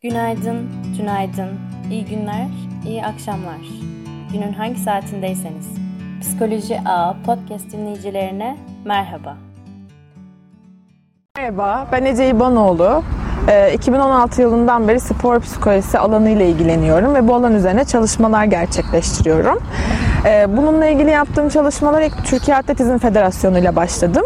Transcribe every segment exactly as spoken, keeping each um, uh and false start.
Günaydın, günaydın, iyi günler, iyi akşamlar. Günün hangi saatindeyseniz. Psikoloji A podcast dinleyicilerine merhaba. Merhaba, ben Ece İbanoğlu. iki bin on altı yılından beri spor psikolojisi alanıyla ilgileniyorum ve bu alan üzerine çalışmalar gerçekleştiriyorum. Bununla ilgili yaptığım çalışmalar ilk Türkiye Atletizm Federasyonu ile başladım.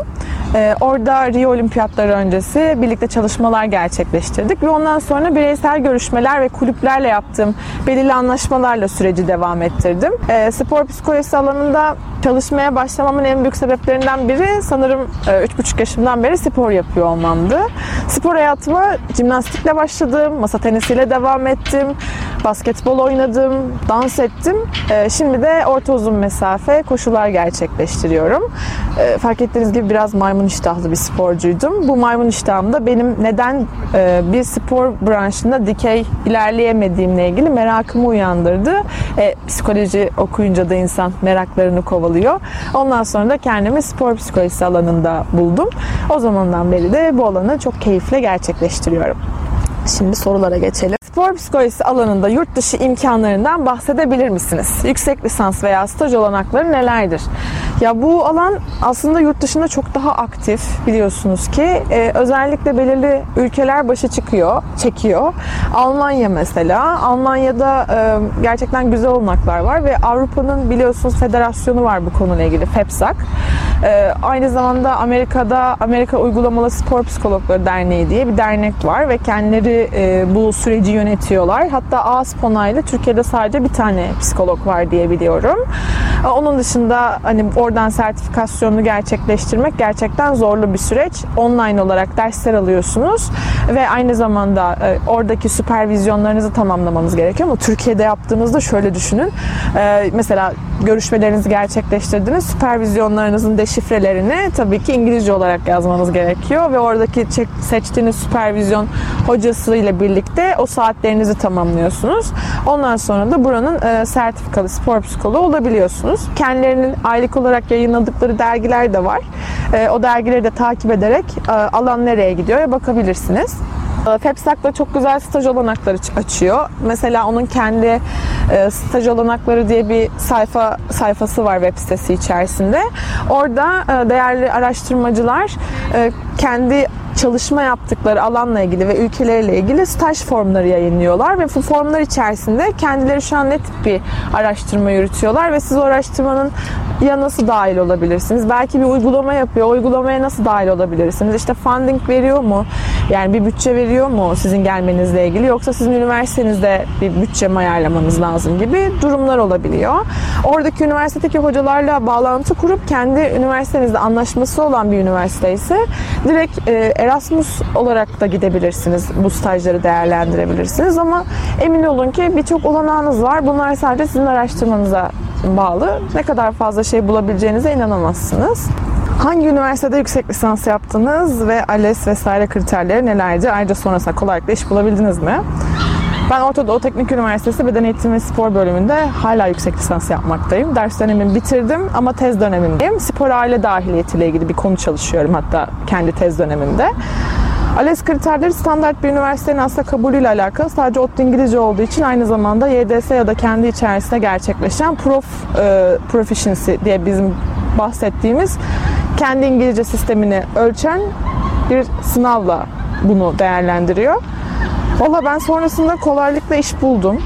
Orada Rio Olimpiyatları öncesi birlikte çalışmalar gerçekleştirdik ve ondan sonra bireysel görüşmeler ve kulüplerle yaptığım belirli anlaşmalarla süreci devam ettirdim. Spor psikolojisi alanında çalışmaya başlamamın en büyük sebeplerinden biri sanırım üç buçuk yaşımdan beri spor yapıyor olmamdı. Spor hayatıma jimnastikle başladım, masa tenisiyle devam ettim, basketbol oynadım, dans ettim. Şimdi de orta uzun mesafe koşular gerçekleştiriyorum. Fark ettiğiniz gibi biraz maymun iştahlı bir sporcuydum. Bu maymun iştahım da benim neden bir spor branşında dikey ilerleyemediğimle ilgili merakımı uyandırdı. E, psikoloji okuyunca da insan meraklarını kovalıyor. Ondan sonra da kendimi spor psikolojisi alanında buldum. O zamandan beri de bu alanı çok keyifle gerçekleştiriyorum. Şimdi sorulara geçelim. Spor psikolojisi alanında yurt dışı imkanlarından bahsedebilir misiniz? Yüksek lisans veya staj olanakları nelerdir? Ya bu alan aslında yurt dışında çok daha aktif, biliyorsunuz ki. Ee, özellikle belirli ülkeler başı çıkıyor, çekiyor. Almanya mesela. Almanya'da e, gerçekten güzel olanaklar var ve Avrupa'nın biliyorsunuz federasyonu var bu konuyla ilgili, FEPSAK. Ee, aynı zamanda Amerika'da Amerika Uygulamalı Spor Psikologları Derneği diye bir dernek var ve kendileri e, bu süreci yönetiyorlar. Hatta A-SPONA ile Türkiye'de sadece bir tane psikolog var diye biliyorum. Ee, onun dışında hani oradan sertifikasyonunu gerçekleştirmek gerçekten zorlu bir süreç. Online olarak dersler alıyorsunuz ve aynı zamanda e, oradaki süpervizyonlarınızı tamamlamanız gerekiyor ama Türkiye'de yaptığınızda şöyle düşünün. E, mesela görüşmelerinizi gerçekleştirdiniz. Süpervizyonlarınızın deşifrelerini tabii ki İngilizce olarak yazmanız gerekiyor ve oradaki seçtiğiniz süpervizyon hocası ile birlikte o saatlerinizi tamamlıyorsunuz. Ondan sonra da buranın e, sertifikalı spor psikoloğu olabiliyorsunuz. Kendilerinin aylık olarak yayınladıkları dergiler de var. E, o dergileri de takip ederek e, alan nereye gidiyor bakabilirsiniz. FEPSAK da çok güzel staj olanakları açıyor. Mesela onun kendi e, staj olanakları diye bir sayfa sayfası var web sitesi içerisinde. Orada e, değerli araştırmacılar e, kendi çalışma yaptıkları alanla ilgili ve ülkeleriyle ilgili staj formları yayınlıyorlar ve bu formlar içerisinde kendileri şu an ne tip bir araştırma yürütüyorlar ve siz o araştırmanın ya nasıl dahil olabilirsiniz? Belki bir uygulama yapıyor. O uygulamaya nasıl dahil olabilirsiniz? İşte funding veriyor mu? Yani bir bütçe veriyor mu sizin gelmenizle ilgili? Yoksa sizin üniversitenizde bir bütçe mi ayarlamanız lazım gibi durumlar olabiliyor. Oradaki üniversitedeki hocalarla bağlantı kurup kendi üniversitenizde anlaşması olan bir üniversite ise direkt Erasmus olarak da gidebilirsiniz. Bu stajları değerlendirebilirsiniz ama emin olun ki birçok olanağınız var. Bunlar sadece sizin araştırmanıza bağlı. Ne kadar fazla şey bulabileceğinize inanamazsınız. Hangi üniversitede yüksek lisans yaptınız ve ALES vesaire kriterleri nelerdi? Ayrıca sonrasında kolaylıkla iş bulabildiniz mi? Ben Orta Doğu Teknik Üniversitesi Beden Eğitimi ve Spor bölümünde hala yüksek lisans yapmaktayım. Ders dönemimi bitirdim ama tez dönemimdeyim. Spor aile dahiliyetiyle ilgili bir konu çalışıyorum hatta kendi tez dönemimde. ALES kriterleri standart bir üniversitenin aslında kabulüyle alakalı. Sadece ODTÜ İngilizce olduğu için aynı zamanda Y D S ya da kendi içerisinde gerçekleşen Prof e, Proficiency diye bizim bahsettiğimiz kendi İngilizce sistemini ölçen bir sınavla bunu değerlendiriyor. Valla ben sonrasında kolaylıkla iş buldum.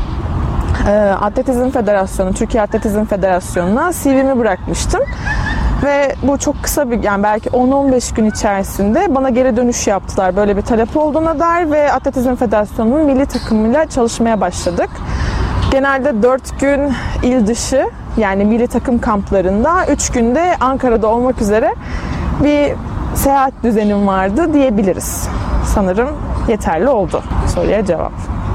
Atletizm Federasyonu, Türkiye Atletizm Federasyonu'na C V'mi bırakmıştım. Ve bu çok kısa bir, yani belki on on beş gün içerisinde bana geri dönüş yaptılar. Böyle bir talep olduğuna dair ve Atletizm Federasyonu'nun milli takımıyla çalışmaya başladık. Genelde dört gün il dışı, yani milli takım kamplarında, üç günde Ankara'da olmak üzere bir seyahat düzenim vardı diyebiliriz. Sanırım yeterli oldu soruya cevap.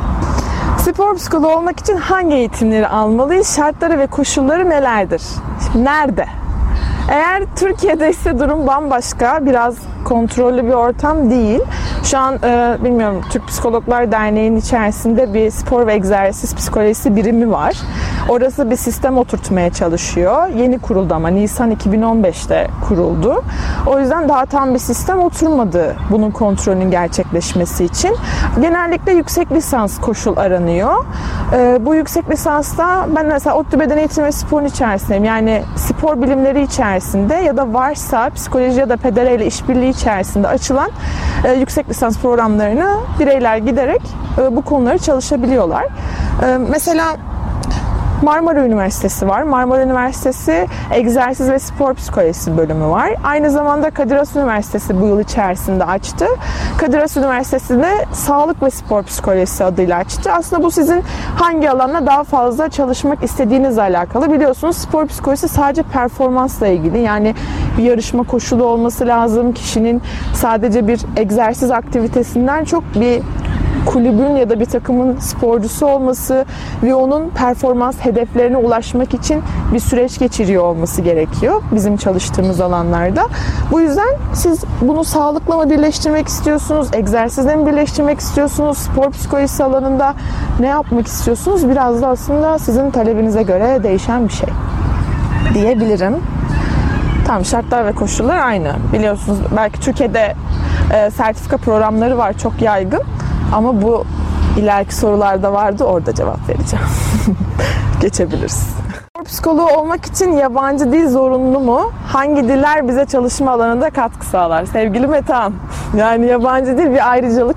Spor psikoloğu olmak için hangi eğitimleri almalıyız? Şartları ve koşulları nelerdir? Şimdi nerede? Eğer Türkiye'de ise durum bambaşka, biraz kontrollü bir ortam değil. Şu an e, bilmiyorum, Türk Psikologlar Derneği'nin içerisinde bir spor ve egzersiz psikolojisi birimi var. Orası bir sistem oturtmaya çalışıyor. Yeni kuruldu ama Nisan iki bin on beşte kuruldu. O yüzden daha tam bir sistem oturmadı bunun kontrolünün gerçekleşmesi için. Genellikle yüksek lisans koşul aranıyor. E, bu yüksek lisansta ben mesela ODTÜ Beden Eğitimi ve Spor'un içerisindeyim. Yani spor bilimleri içerisinde ya da varsa psikoloji ya da pedere ile işbirliği içerisinde açılan e, yüksek lisans programlarını bireyler giderek e, bu konuları çalışabiliyorlar. E, mesela Marmara Üniversitesi var. Marmara Üniversitesi Egzersiz ve Spor Psikolojisi bölümü var. Aynı zamanda Kadir Has Üniversitesi bu yıl içerisinde açtı. Kadir Has Üniversitesi'nde Sağlık ve Spor Psikolojisi adıyla açtı. Aslında bu sizin hangi alanda daha fazla çalışmak istediğinizle alakalı. Biliyorsunuz spor psikolojisi sadece performansla ilgili. Yani bir yarışma koşulu olması lazım. Kişinin sadece bir egzersiz aktivitesinden çok bir kulübün ya da bir takımın sporcusu olması ve onun performans hedeflerine ulaşmak için bir süreç geçiriyor olması gerekiyor bizim çalıştığımız alanlarda. Bu yüzden siz bunu sağlıkla mı birleştirmek istiyorsunuz, egzersizle mi birleştirmek istiyorsunuz, spor psikolojisi alanında ne yapmak istiyorsunuz? Biraz da aslında sizin talebinize göre değişen bir şey diyebilirim. Tamam, şartlar ve koşullar aynı. Biliyorsunuz belki Türkiye'de e, sertifika programları var, çok yaygın. Ama bu ileriki sorularda vardı, orada cevap vereceğim. Geçebiliriz. Spor psikoloğu olmak için yabancı dil zorunlu mu? Hangi diller bize çalışma alanında katkı sağlar? Sevgili Metehan, yani yabancı dil bir ayrıcalık.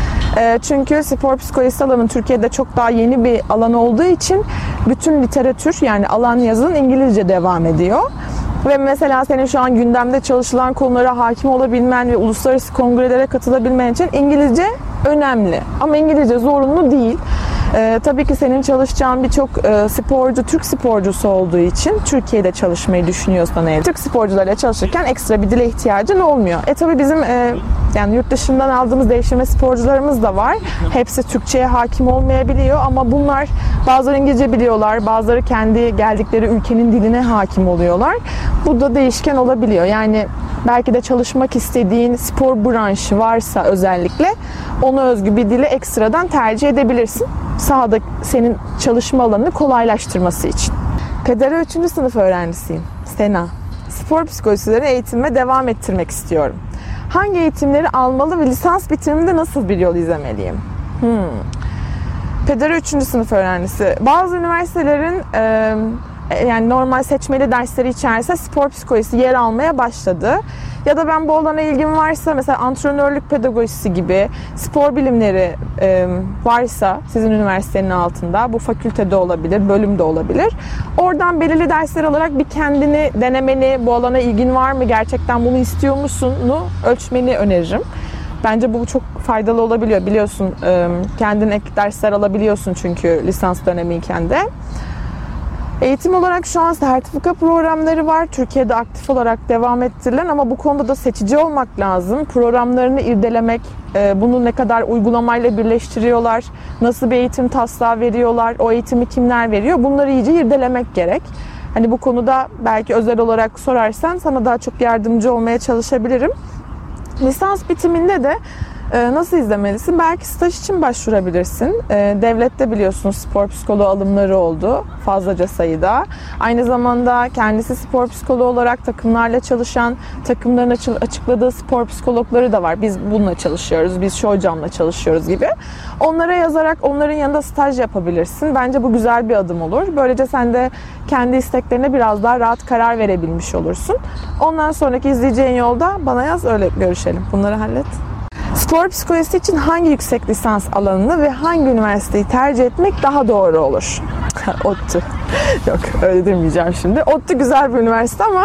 Çünkü spor psikolojisi alanı Türkiye'de çok daha yeni bir alan olduğu için bütün literatür, yani alan yazın İngilizce devam ediyor. Ve mesela senin şu an gündemde çalışılan konulara hakim olabilmen ve uluslararası kongrelere katılabilmen için İngilizce önemli. Ama İngilizce zorunlu değil. Ee, tabii ki senin çalışacağın birçok e, sporcu, Türk sporcusu olduğu için Türkiye'de çalışmayı düşünüyorsan eğer, Türk sporcularla çalışırken ekstra bir dile ihtiyacın olmuyor. E tabii bizim e, yani yurt dışından aldığımız devşirme sporcularımız da var. Hepsi Türkçe'ye hakim olmayabiliyor ama bunlar bazıları İngilizce biliyorlar, bazıları kendi geldikleri ülkenin diline hakim oluyorlar. Bu da değişken olabiliyor. Yani belki de çalışmak istediğin spor branşı varsa özellikle ona özgü bir dili ekstradan tercih edebilirsin. Sahada senin çalışma alanını kolaylaştırması için. Kadere üçüncü sınıf öğrencisiyim. Sena. Spor psikolojileri eğitimime devam ettirmek istiyorum. Hangi eğitimleri almalı ve lisans bitiminde nasıl bir yol izlemeliyim? Hmm. Pedere üçüncü sınıf öğrencisi. Bazı üniversitelerin e, yani normal seçmeli dersleri içerisinde spor psikolojisi yer almaya başladı. Ya da ben bu alana ilgim varsa, mesela antrenörlük pedagojisi gibi spor bilimleri e, varsa sizin üniversitenin altında, bu fakültede olabilir, bölümde olabilir. Oradan belirli dersler alarak bir kendini denemeni, bu alana ilgin var mı, gerçekten bunu istiyor musun'u ölçmeni öneririm. Bence bu çok faydalı olabiliyor. Biliyorsun e, kendin ek dersler alabiliyorsun çünkü lisans dönemiyken de. Eğitim olarak şu an sertifika programları var. Türkiye'de aktif olarak devam ettirilen ama bu konuda da seçici olmak lazım. Programlarını irdelemek, bunu ne kadar uygulamayla birleştiriyorlar, nasıl bir eğitim taslağı veriyorlar, o eğitimi kimler veriyor, bunları iyice irdelemek gerek. Hani bu konuda belki özel olarak sorarsan sana daha çok yardımcı olmaya çalışabilirim. Lisans bitiminde de nasıl izlemelisin? Belki staj için başvurabilirsin. Devlette biliyorsunuz spor psikoloğu alımları oldu fazlaca sayıda. Aynı zamanda kendisi spor psikoloğu olarak takımlarla çalışan, takımların açıkladığı spor psikologları da var. Biz bununla çalışıyoruz, biz şu hocamla çalışıyoruz gibi. Onlara yazarak onların yanında staj yapabilirsin. Bence bu güzel bir adım olur. Böylece sen de kendi isteklerine biraz daha rahat karar verebilmiş olursun. Ondan sonraki izleyeceğin yolda bana yaz, öyle görüşelim. Bunları hallet. Spor psikolojisi için hangi yüksek lisans alanını ve hangi üniversiteyi tercih etmek daha doğru olur? ODTÜ. Yok, öyle demeyeceğim şimdi. ODTÜ güzel bir üniversite ama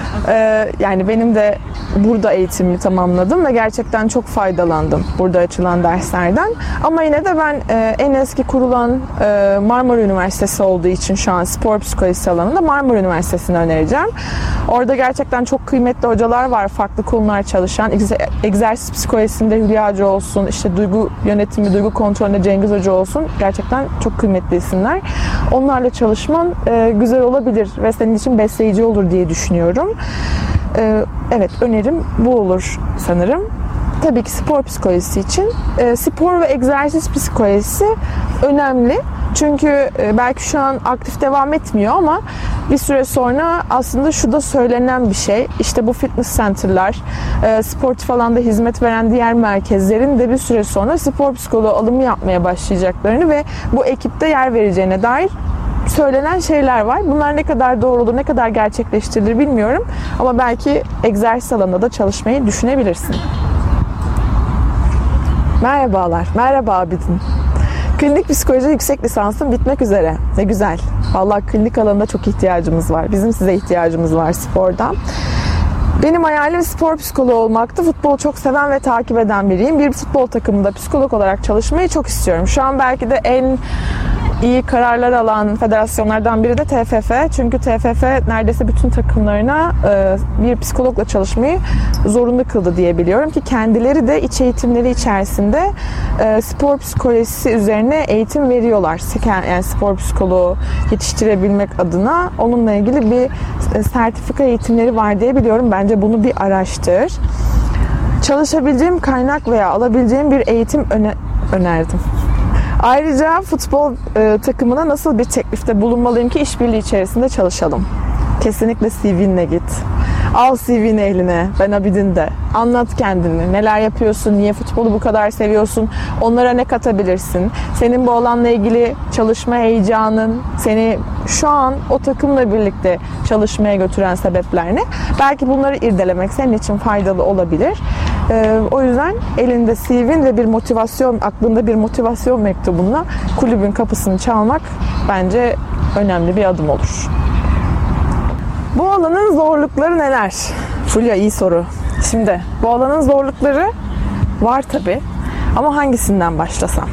e, yani benim de burada eğitimimi tamamladım ve gerçekten çok faydalandım burada açılan derslerden. Ama yine de ben e, en eski kurulan e, Marmara Üniversitesi olduğu için şu an spor psikolojisi alanında Marmara Üniversitesi'ni önereceğim. Orada gerçekten çok kıymetli hocalar var, farklı konular çalışan. Egzersiz psikolojisinde Hülya Hoca olsun, işte duygu yönetimi, duygu kontrolünde Cengiz Hoca olsun. Gerçekten çok kıymetli isimler. Onlarla çalışman e, güzel olabilir ve senin için besleyici olur diye düşünüyorum. E, evet, önerim bu olur sanırım. tabii ki spor psikolojisi için e, spor ve egzersiz psikolojisi önemli. Çünkü belki şu an aktif devam etmiyor ama bir süre sonra aslında şu da söylenen bir şey. İşte bu fitness center'lar, sportif alanda hizmet veren diğer merkezlerin de bir süre sonra spor psikoloğu alımı yapmaya başlayacaklarını ve bu ekipte yer vereceğine dair söylenen şeyler var. Bunlar ne kadar doğru olur, ne kadar gerçekleştirilir bilmiyorum. Ama belki egzersiz alanında da çalışmayı düşünebilirsin. Merhabalar, merhaba Abidin. Klinik psikoloji yüksek lisansım bitmek üzere. Ne güzel. Vallahi klinik alanında çok ihtiyacımız var. Bizim size ihtiyacımız var spordan. Benim hayalim spor psikoloğu olmaktı. Futbolu çok seven ve takip eden biriyim. Bir futbol takımında psikolog olarak çalışmayı çok istiyorum. Şu an belki de en iyi kararlar alan federasyonlardan biri de T F F. Çünkü T F F neredeyse bütün takımlarına bir psikologla çalışmayı zorunlu kıldı diye biliyorum ki kendileri de iç eğitimleri içerisinde spor psikolojisi üzerine eğitim veriyorlar. Yani spor psikoloğu yetiştirebilmek adına onunla ilgili bir sertifika eğitimleri var diye biliyorum. Bence bunu bir araştır. Çalışabileceğim kaynak veya alabileceğim bir eğitim öne- önerdim. Ayrıca futbol e, takımına nasıl bir teklifte bulunmalıyım ki işbirliği içerisinde çalışalım? Kesinlikle C V'nle git. Al C V'ni eline. Ben Abidin de. Anlat kendini. Neler yapıyorsun? Niye futbolu bu kadar seviyorsun? Onlara ne katabilirsin? Senin bu alanla ilgili çalışma heyecanın, seni şu an o takımla birlikte çalışmaya götüren sebepler ne? Belki bunları irdelemek senin için faydalı olabilir. Ee, o yüzden elinde C V'in ve bir motivasyon, aklında bir motivasyon mektubunla kulübün kapısını çalmak bence önemli bir adım olur. Bu alanın zorlukları neler? Fulya, iyi soru. Şimdi bu alanın zorlukları var tabii. Ama hangisinden başlasam?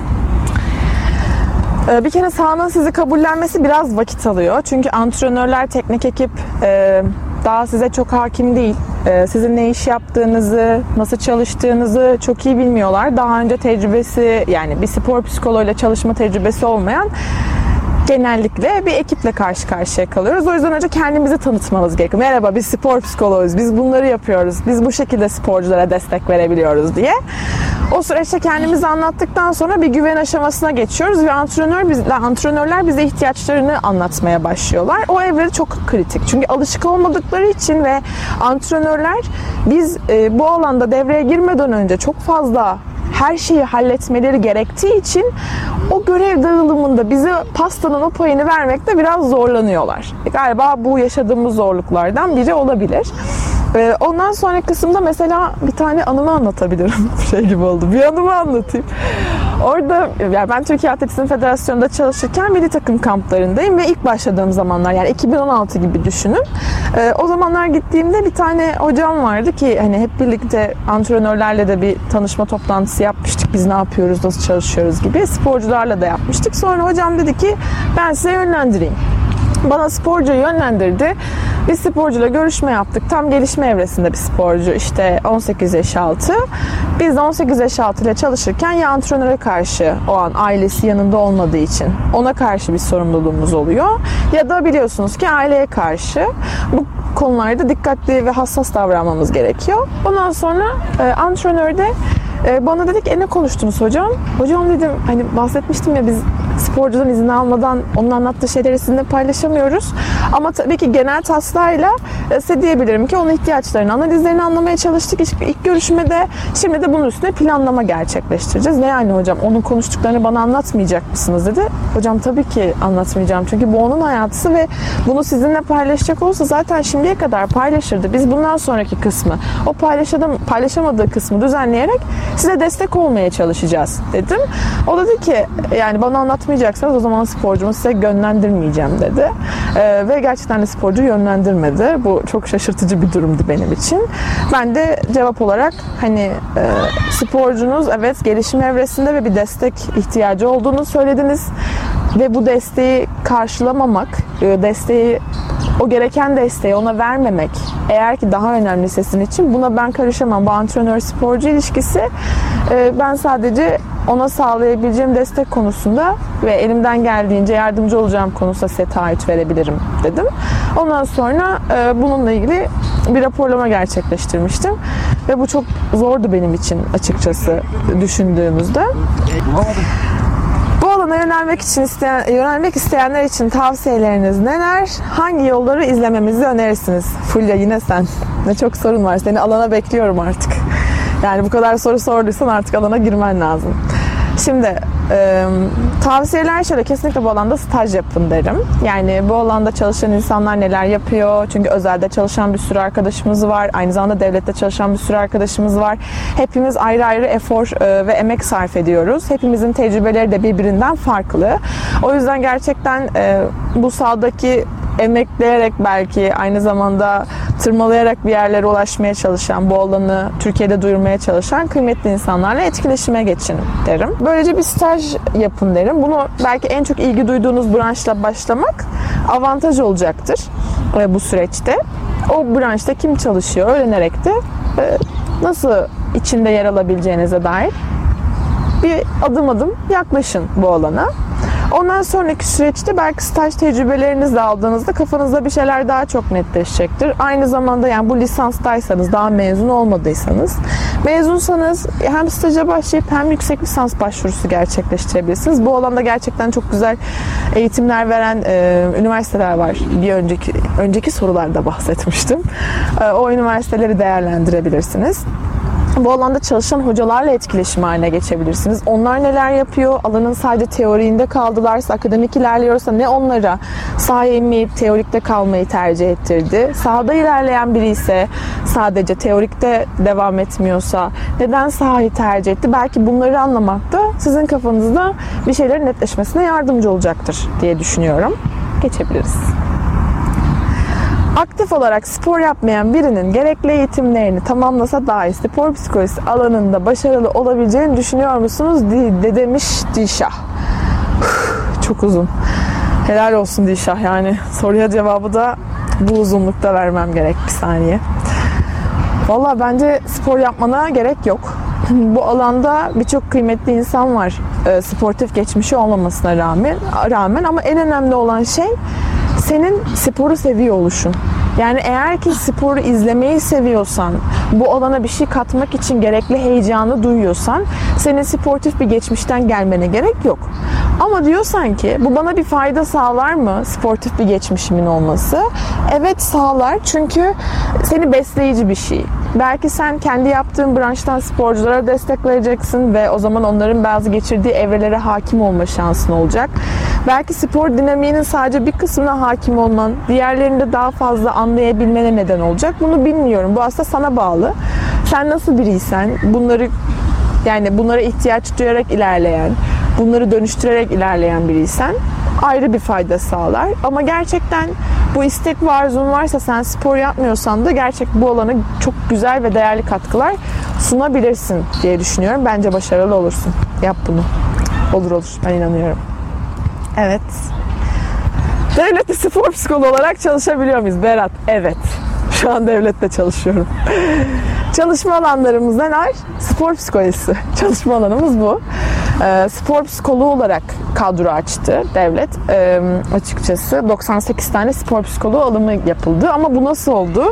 Ee, bir kere sahanın sizi kabullenmesi biraz vakit alıyor. Çünkü antrenörler, teknik ekip e, daha size çok hakim değil. E, sizin ne iş yaptığınızı, nasıl çalıştığınızı çok iyi bilmiyorlar. Daha önce tecrübesi, yani bir spor psikoloğuyla çalışma tecrübesi olmayan genellikle bir ekiple karşı karşıya kalıyoruz. O yüzden önce kendimizi tanıtmamız gerekiyor. Merhaba, biz spor psikoloğuyuz, biz bunları yapıyoruz, biz bu şekilde sporculara destek verebiliyoruz diye. O süreçte kendimizi anlattıktan sonra bir güven aşamasına geçiyoruz ve antrenör bizle, antrenörler bize ihtiyaçlarını anlatmaya başlıyorlar. O evre çok kritik. Çünkü alışık olmadıkları için ve antrenörler biz e, bu alanda devreye girmeden önce çok fazla her şeyi halletmeleri gerektiği için o görev dağılımında bize pastanın o payını vermekte biraz zorlanıyorlar. Galiba bu yaşadığımız zorluklardan biri olabilir. Ondan sonraki kısımda mesela bir tane anımı anlatabilirim. Şey gibi oldu. Bir anımı anlatayım. Orada yani ben Türkiye Atletizm Federasyonu'nda çalışırken milli takım kamplarındayım ve ilk başladığım zamanlar, yani iki bin on altı gibi düşünün. O zamanlar gittiğimde bir tane hocam vardı ki hani hep birlikte antrenörlerle de bir tanışma toplantısı yapmıştık. Biz ne yapıyoruz, nasıl çalışıyoruz gibi. Sporcularla da yapmıştık. Sonra hocam dedi ki ben size yönlendireyim. Bana sporcuyu yönlendirdi. Bir sporcuyla görüşme yaptık. Tam gelişme evresinde bir sporcu, işte on sekiz yaş altı. Biz de on sekiz yaş altı ile çalışırken ya antrenöre karşı, o an ailesi yanında olmadığı için ona karşı bir sorumluluğumuz oluyor. Ya da biliyorsunuz ki aileye karşı bu konularda dikkatli ve hassas davranmamız gerekiyor. Ondan sonra e, antrenör de e, bana dedi ki e, ne konuştunuz hocam? Hocam dedim, hani bahsetmiştim ya, biz sporcudan izin almadan onun anlattığı şeyleri sizinle paylaşamıyoruz. Ama tabii ki genel taslağıyla size diyebilirim ki onun ihtiyaçlarını, analizlerini anlamaya çalıştık ilk, ilk görüşmede. Şimdi de bunun üstüne planlama gerçekleştireceğiz. Ne yani hocam, onun konuştuklarını bana anlatmayacak mısınız dedi. Hocam tabii ki anlatmayacağım. Çünkü bu onun hayatı ve bunu sizinle paylaşacak olsa zaten şimdiye kadar paylaşırdı. Biz bundan sonraki kısmı, o paylaşadım, paylaşamadığı kısmı düzenleyerek size destek olmaya çalışacağız dedim. O dedi ki yani bana anlatmayacaksanız o zaman sporcumu size yönlendirmeyeceğim dedi. Ee, ve gerçekten de sporcu yönlendirmedi. Bu çok şaşırtıcı bir durumdu benim için. Ben de cevap olarak hani e, sporcunuz evet gelişim evresinde ve bir destek ihtiyacı olduğunu söylediniz. Ve bu desteği karşılamamak, e, desteği o gereken desteği ona vermemek eğer ki daha önemli sesin için, buna ben karışamam. Bu antrenör sporcu ilişkisi, e, ben sadece ona sağlayabileceğim destek konusunda ve elimden geldiğince yardımcı olacağım konusunda size taahhüt verebilirim dedim. Ondan sonra e, bununla ilgili bir raporlama gerçekleştirmiştim. Ve bu çok zordu benim için açıkçası düşündüğümüzde. Bu alana yönelmek için isteyen, yönelmek isteyenler için tavsiyeleriniz neler? Hangi yolları izlememizi önerirsiniz? Fulya, yine sen. Ne çok sorun var. Seni alana bekliyorum artık. Yani bu kadar soru sorduysan artık alana girmen lazım. Şimdi e, tavsiyeler şöyle: kesinlikle bu alanda staj yapın derim. Yani bu alanda çalışan insanlar neler yapıyor? Çünkü özelde çalışan bir sürü arkadaşımız var. Aynı zamanda devlette çalışan bir sürü arkadaşımız var. Hepimiz ayrı ayrı efor e, ve emek sarf ediyoruz. Hepimizin tecrübeleri de birbirinden farklı. O yüzden gerçekten e, bu sahadaki emekleyerek, belki aynı zamanda tırmalayarak bir yerlere ulaşmaya çalışan, bu alanı Türkiye'de duyurmaya çalışan kıymetli insanlarla etkileşime geçin derim. Böylece bir staj yapın derim. Bunu belki en çok ilgi duyduğunuz branşla başlamak avantaj olacaktır bu süreçte. O branşta kim çalışıyor öğrenerek de nasıl içinde yer alabileceğinize dair bir adım adım yaklaşın bu alana. Ondan sonraki süreçte belki staj tecrübelerinizi de aldığınızda kafanızda bir şeyler daha çok netleşecektir. Aynı zamanda yani bu lisanstaysanız, daha mezun olmadıysanız, mezunsanız hem staja başlayıp hem yüksek lisans başvurusu gerçekleştirebilirsiniz. Bu alanda gerçekten çok güzel eğitimler veren e, üniversiteler var. Bir önceki önceki sorularda bahsetmiştim. E, o üniversiteleri değerlendirebilirsiniz. Bu alanda çalışan hocalarla etkileşim haline geçebilirsiniz. Onlar neler yapıyor? Alanın sadece teoriğinde kaldılarsa, akademik ilerliyorsa ne onlara sahaya inmeyip teorikte kalmayı tercih ettirdi? Sahada ilerleyen biri ise sadece teorikte devam etmiyorsa neden sahayı tercih etti? Belki bunları anlamak da sizin kafanızda bir şeylerin netleşmesine yardımcı olacaktır diye düşünüyorum. Geçebiliriz. Aktif olarak spor yapmayan birinin gerekli eğitimlerini tamamlasa dahi spor psikolojisi alanında başarılı olabileceğini düşünüyor musunuz? De demiş Dişah. Çok uzun. Helal olsun Dişah, yani soruya cevabı da bu uzunlukta vermem gerek. Bir saniye. Vallahi bence spor yapmana gerek yok. Bu alanda birçok kıymetli insan var. E, sportif geçmişi olmamasına rağmen, rağmen ama en önemli olan şey senin sporu seviyor oluşun. Yani eğer ki sporu izlemeyi seviyorsan, bu alana bir şey katmak için gerekli heyecanı duyuyorsan, senin sportif bir geçmişten gelmene gerek yok. Ama diyorsan ki bu bana bir fayda sağlar mı sportif bir geçmişimin olması? Evet, sağlar, çünkü seni besleyici bir şey. Belki sen kendi yaptığın branştan sporculara destek vereceksin ve o zaman onların bazı geçirdiği evrelere hakim olma şansın olacak. Belki spor dinamiğinin sadece bir kısmına hakim olman, diğerlerinde daha fazla anlayabilmene neden olacak. Bunu bilmiyorum. Bu aslında sana bağlı. Sen nasıl biriysen, bunları yani bunlara ihtiyaç duyarak ilerleyen, bunları dönüştürerek ilerleyen biriysen ayrı bir fayda sağlar. Ama gerçekten bu istek ve arzun varsa, sen spor yapmıyorsan da gerçek bu alana çok güzel ve değerli katkılar sunabilirsin diye düşünüyorum. Bence başarılı olursun. Yap bunu. Olur olur. Ben inanıyorum. Evet. Devlette spor psikoloğu olarak çalışabiliyor muyuz Berat? Evet. Şu an devlette çalışıyorum. Çalışma alanlarımız neler? Spor psikolojisi. Çalışma alanımız bu. Ee, spor psikoloğu olarak kadro açtı devlet. Ee, açıkçası doksan sekiz tane spor psikoloğu alımı yapıldı. Ama bu nasıl oldu?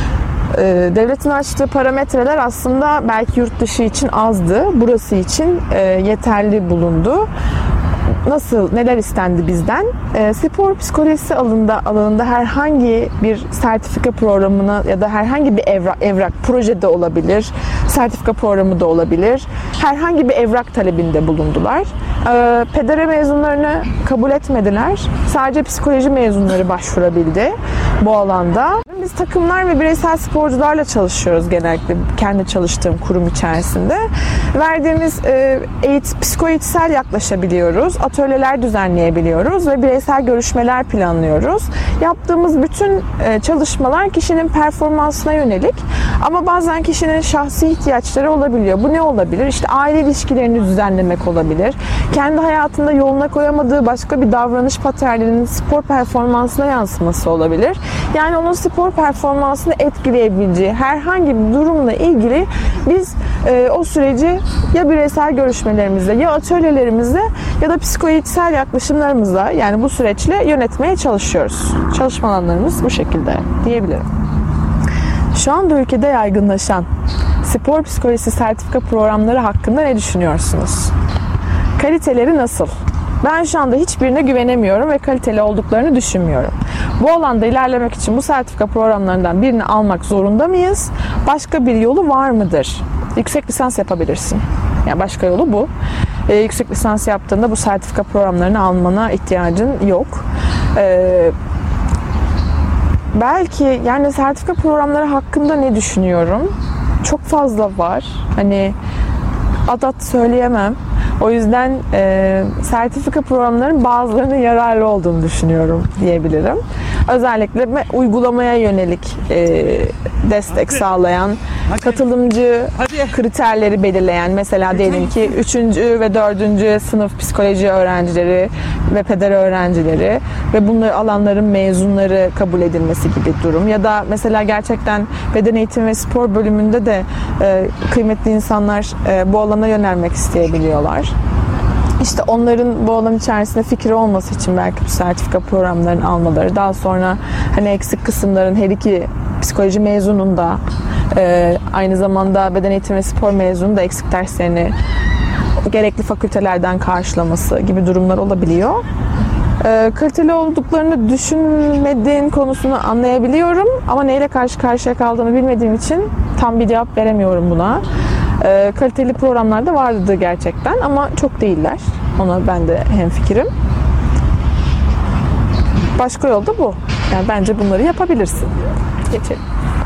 Ee, devletin açtığı parametreler aslında belki yurt dışı için azdı. Burası için e, yeterli bulundu. Nasıl, neler istendi bizden? E, spor psikolojisi alanında, alanında herhangi bir sertifika programına ya da herhangi bir evrak, evrak projede olabilir, sertifika programı da olabilir. Herhangi bir evrak talebinde bulundular. E, P D R mezunlarını kabul etmediler. Sadece psikoloji mezunları başvurabildi bu alanda. Biz takımlar ve bireysel sporcularla çalışıyoruz genellikle kendi çalıştığım kurum içerisinde. Verdiğimiz e, eğit, psikoeğitsel yaklaşabiliyoruz. Atölyeler düzenleyebiliyoruz ve bireysel görüşmeler planlıyoruz. Yaptığımız bütün e, çalışmalar kişinin performansına yönelik, ama bazen kişinin şahsi ihtiyaçları olabiliyor. Bu ne olabilir? İşte aile ilişkilerini düzenlemek olabilir. Kendi hayatında yoluna koyamadığı başka bir davranış paterninin spor performansına yansıması olabilir. Yani onun spor performansını etkileyebileceği herhangi bir durumla ilgili biz e, o süreci ya bireysel görüşmelerimizle, ya atölyelerimizle, ya da psikoeğitsel yaklaşımlarımızla, yani bu süreçle yönetmeye çalışıyoruz. Çalışma alanlarımız bu şekilde diyebilirim. Şu anda ülkede yaygınlaşan spor psikolojisi sertifika programları hakkında ne düşünüyorsunuz? Kaliteleri nasıl? Ben şu anda hiçbirine güvenemiyorum ve kaliteli olduklarını düşünmüyorum. Bu alanda ilerlemek için bu sertifika programlarından birini almak zorunda mıyız? Başka bir yolu var mıdır? Yüksek lisans yapabilirsin. Yani başka yolu bu. Ee, yüksek lisans yaptığında bu sertifika programlarını almana ihtiyacın yok. Ee, belki yani sertifika programları hakkında ne düşünüyorum? Çok fazla var. Hani adat söyleyemem. O yüzden e, sertifika programlarının bazılarının yararlı olduğunu düşünüyorum diyebilirim. Özellikle uygulamaya yönelik e, destek sağlayan, katılımcı kriterleri belirleyen, mesela diyelim ki üçüncü ve dördüncü sınıf psikoloji öğrencileri ve peder öğrencileri ve bunları alanların mezunları kabul edilmesi gibi durum. Ya da mesela gerçekten beden eğitimi ve spor bölümünde de e, kıymetli insanlar e, bu alana yönelmek isteyebiliyorlar. İşte onların bu alan içerisinde fikri olması için belki bu sertifika programlarını almaları, daha sonra hani eksik kısımların her iki psikoloji mezununda e, aynı zamanda beden eğitimi ve spor mezunu da eksik derslerini gerekli fakültelerden karşılaması gibi durumlar olabiliyor. E, kaliteli olduklarını düşünmediğin konusunu anlayabiliyorum ama neyle karşı karşıya kaldığını bilmediğim için tam bir cevap veremiyorum buna. E, kaliteli programlar da vardı gerçekten ama çok değiller. Ona ben de hemfikirim. Başka yol da bu. Yani bence bunları yapabilirsin. Geçelim.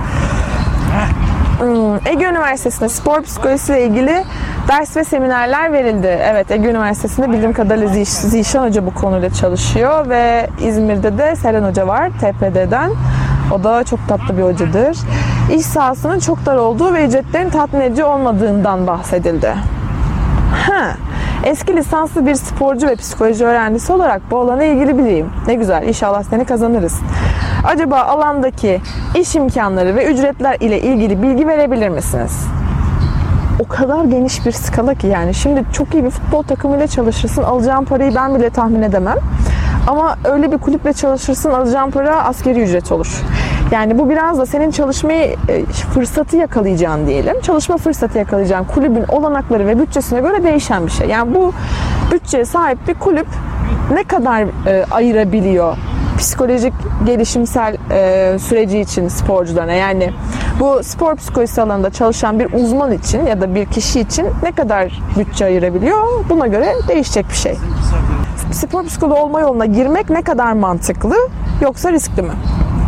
Hmm, Ege Üniversitesi'nde spor psikolojisi ile ilgili ders ve seminerler verildi. Evet, Ege Üniversitesi'nde bildiğim kadarıyla Zişan Hoca bu konuyla çalışıyor ve İzmir'de de Seren Hoca var T P D'den. O da çok tatlı bir hocadır. İş sahasının çok dar olduğu ve ücretlerin tatmin edici olmadığından bahsedildi. Ha. Eski lisanslı bir sporcu ve psikoloji öğrencisi olarak bu alana ilgili bileyim. Ne güzel, inşallah seni kazanırız. Acaba alandaki iş imkanları ve ücretler ile ilgili bilgi verebilir misiniz? O kadar geniş bir skala ki yani. Şimdi çok iyi bir futbol takımıyla çalışırsın, alacağın parayı ben bile tahmin edemem. Ama öyle bir kulüple çalışırsın, alacağın para asgari ücret olur. Yani bu biraz da senin çalışmayı fırsatı yakalayacağın diyelim. Çalışma fırsatı yakalayacağın kulübün olanakları ve bütçesine göre değişen bir şey. Yani bu bütçeye sahip bir kulüp ne kadar e, ayırabiliyor psikolojik gelişimsel e, süreci için sporcularına? Yani bu spor psikolojisi alanında çalışan bir uzman için ya da bir kişi için ne kadar bütçe ayırabiliyor? Buna göre değişecek bir şey. Spor psikoloğu olma yoluna girmek ne kadar mantıklı yoksa riskli mi?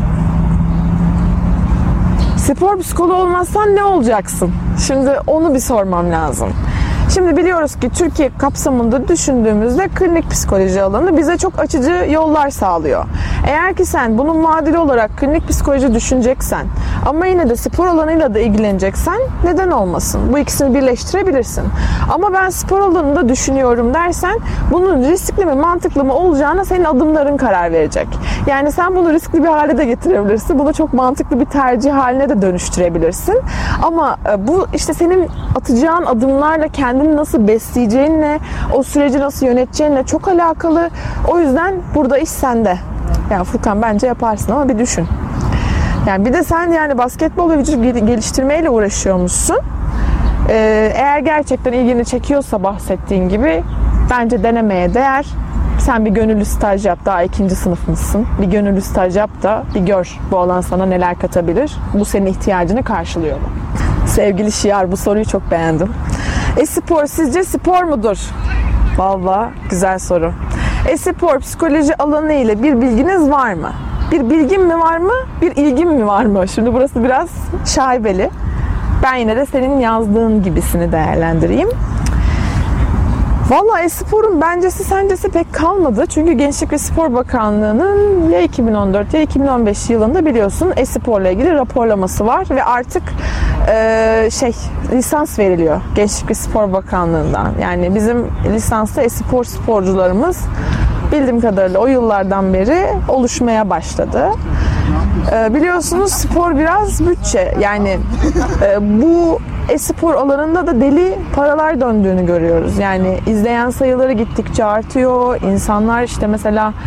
Spor psikoloğu olmazsan ne olacaksın? Şimdi onu bir sormam lazım. Şimdi biliyoruz ki Türkiye kapsamında düşündüğümüzde klinik psikoloji alanı bize çok açıcı yollar sağlıyor. Eğer ki sen bunun muadili olarak klinik psikoloji düşüneceksen ama yine de spor alanıyla da ilgileneceksen neden olmasın? Bu ikisini birleştirebilirsin. Ama ben spor alanında düşünüyorum dersen bunun riskli mi mantıklı mı olacağına senin adımların karar verecek. Yani sen bunu riskli bir hale de getirebilirsin. Bunu çok mantıklı bir tercih haline de dönüştürebilirsin. Ama bu işte senin atacağın adımlarla kendini nasıl besleyeceğinle, o süreci nasıl yöneteceğinle çok alakalı. O yüzden burada iş sende. Yani Furkan bence yaparsın ama bir düşün. Yani bir de sen yani basketbol ve vücut geliştirmeyle uğraşıyormuşsun. Ee, eğer gerçekten ilgini çekiyorsa bahsettiğin gibi bence denemeye değer. Sen bir gönüllü staj yap, daha ikinci sınıf mısın? Bir gönüllü staj yap da bir gör bu alan sana neler katabilir. Bu senin ihtiyacını karşılıyor mu? Sevgili Şiar, bu soruyu çok beğendim. E-spor sizce spor mudur? Vallahi güzel soru. E-spor psikoloji alanı ile bir bilginiz var mı? Bir bilgin mi var mı? Bir ilgin mi var mı? Şimdi burası biraz şaibeli. Ben yine de senin yazdığın gibisini değerlendireyim. Vallahi e-sporun bencesi sencesi pek kalmadı. Çünkü Gençlik ve Spor Bakanlığı'nın ya iki bin on dört ya iki bin on beş yılında biliyorsun e-sporla ilgili raporlaması var ve artık e, şey lisans veriliyor Gençlik ve Spor Bakanlığı'ndan. Yani bizim lisanslı e-spor sporcularımız bildiğim kadarıyla o yıllardan beri oluşmaya başladı. E, biliyorsunuz spor biraz bütçe. Yani e, bu e-spor alanında da deli paralar döndüğünü görüyoruz. Yani izleyen sayıları gittikçe artıyor. İnsanlar işte mesela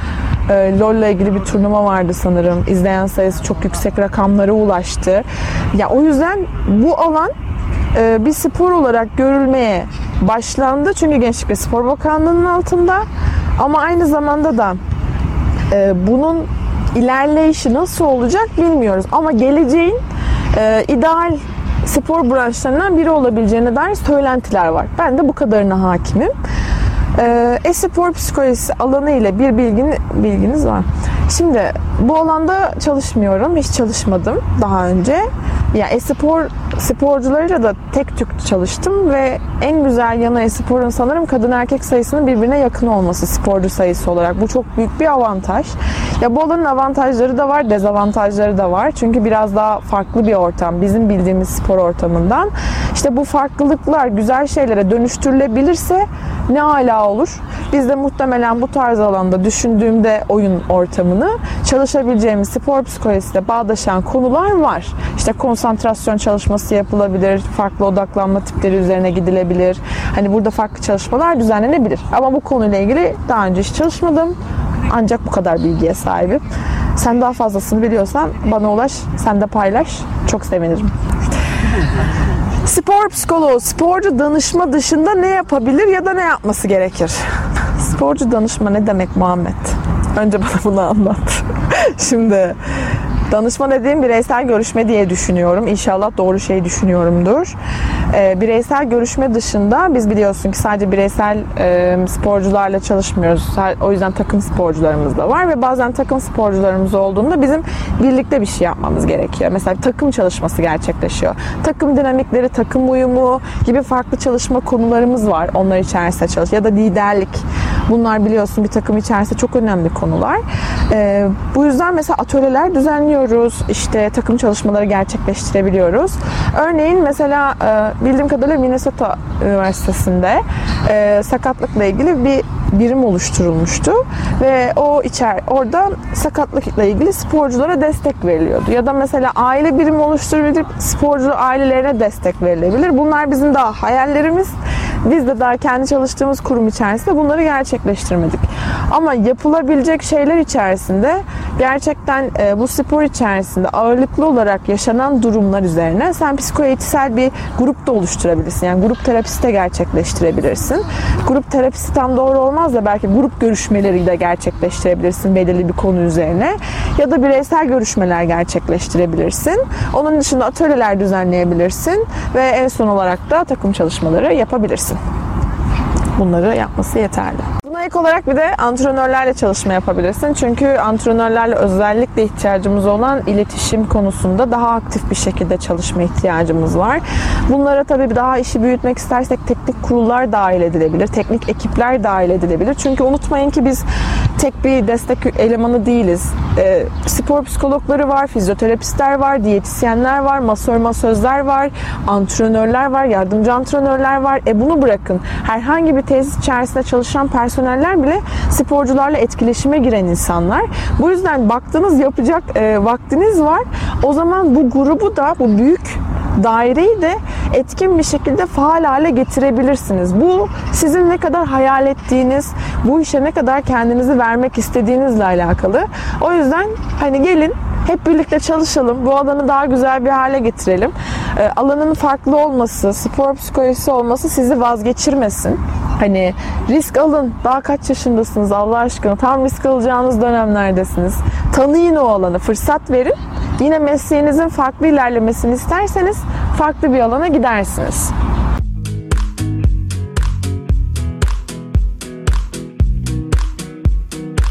E, LoL'la ilgili bir turnuva vardı sanırım. İzleyen sayısı çok yüksek rakamlara ulaştı. Ya o yüzden bu alan e, bir spor olarak görülmeye başlandı. Çünkü Gençlik ve Spor Bakanlığı'nın altında. Ama aynı zamanda da e, bunun ilerleyişi nasıl olacak bilmiyoruz. Ama geleceğin e, ideal spor branşlarından biri olabileceğine dair söylentiler var. Ben de bu kadarına hakimim. E, e-spor psikolojisi alanı ile bir bilgin, bilginiz var. Şimdi bu alanda çalışmıyorum. Hiç çalışmadım daha önce. Ya e-spor sporcularıyla da tek tük çalıştım ve en güzel yanı e-sporun sanırım kadın erkek sayısının birbirine yakın olması sporcu sayısı olarak. Bu çok büyük bir avantaj. Ya bu alanın avantajları da var, dezavantajları da var. Çünkü biraz daha farklı bir ortam. Bizim bildiğimiz spor ortamından. İşte bu farklılıklar güzel şeylere dönüştürülebilirse ne âlâ olur. Biz de muhtemelen bu tarz alanda düşündüğümde oyun ortamını çalışabileceğimiz spor psikolojisiyle bağdaşan konular var. İşte konsantrasyon çalışması yapılabilir, farklı odaklanma tipleri üzerine gidilebilir. Hani burada farklı çalışmalar düzenlenebilir. Ama bu konuyla ilgili daha önce hiç çalışmadım. Ancak bu kadar bilgiye sahibim. Sen daha fazlasını biliyorsan bana ulaş, sen de paylaş. Çok sevinirim. Spor psikoloğu, sporcu danışma dışında ne yapabilir ya da ne yapması gerekir? Sporcu danışma ne demek Muhammed? Önce bana bunu anlat. Şimdi danışma dediğim bireysel görüşme diye düşünüyorum. İnşallah doğru şeyi düşünüyorumdur. E, bireysel görüşme dışında biz biliyorsun ki sadece bireysel e, sporcularla çalışmıyoruz. O yüzden takım sporcularımız da var ve bazen takım sporcularımız olduğunda bizim birlikte bir şey yapmamız gerekiyor. Mesela takım çalışması gerçekleşiyor. Takım dinamikleri, takım uyumu gibi farklı çalışma konularımız var. Onlar içerisinde çalış ya da liderlik. Bunlar biliyorsun bir takım içerisinde çok önemli konular. E, bu yüzden mesela atölyeler düzenliyoruz. İşte takım çalışmaları gerçekleştirebiliyoruz. Örneğin mesela e, bildiğim kadarıyla Minnesota Üniversitesi'nde e, sakatlıkla ilgili bir birim oluşturulmuştu ve o içer orada sakatlıkla ilgili sporculara destek veriliyordu. Ya da mesela aile birimi oluşturulabilir, sporcu ailelerine destek verilebilir. Bunlar bizim daha hayallerimiz. Biz de daha kendi çalıştığımız kurum içerisinde bunları gerçekleştirmedik. Ama yapılabilecek şeyler içerisinde gerçekten e, bu spor içerisinde ağırlıklı olarak yaşanan durumlar üzerine sen psikoeğitsel bir grup da oluşturabilirsin. Yani grup terapisi de gerçekleştirebilirsin. Grup terapisi tam doğru olmaz da belki grup görüşmeleri de gerçekleştirebilirsin belirli bir konu üzerine. Ya da bireysel görüşmeler gerçekleştirebilirsin. Onun dışında atölyeler düzenleyebilirsin ve en son olarak da takım çalışmaları yapabilirsin. Bunları yapması yeterli. Buna ek olarak bir de antrenörlerle çalışma yapabilirsin. Çünkü antrenörlerle özellikle ihtiyacımız olan iletişim konusunda daha aktif bir şekilde çalışma ihtiyacımız var. Bunlara tabii daha işi büyütmek istersek teknik kurullar dahil edilebilir, teknik ekipler dahil edilebilir. Çünkü unutmayın ki biz tek bir destek elemanı değiliz. E, spor psikologları var, fizyoterapistler var, diyetisyenler var, masör masözler var, antrenörler var, yardımcı antrenörler var. E bunu bırakın. Herhangi bir tesis içerisinde çalışan personeller bile sporcularla etkileşime giren insanlar. Bu yüzden baktığınız yapacak e, vaktiniz var. O zaman bu grubu da, bu büyük daireyi de etkin bir şekilde faal hale getirebilirsiniz. Bu sizin ne kadar hayal ettiğiniz, bu işe ne kadar kendinizi vermek istediğinizle alakalı. O yüzden hani gelin hep birlikte çalışalım. Bu alanı daha güzel bir hale getirelim. E, alanın farklı olması, spor psikolojisi olması sizi vazgeçirmesin. Hani risk alın. Daha kaç yaşındasınız Allah aşkına? Tam risk alacağınız dönemlerdesiniz. Tanıyın o alanı, fırsat verin. Yine mesleğinizin farklı ilerlemesini isterseniz farklı bir alana gidersiniz.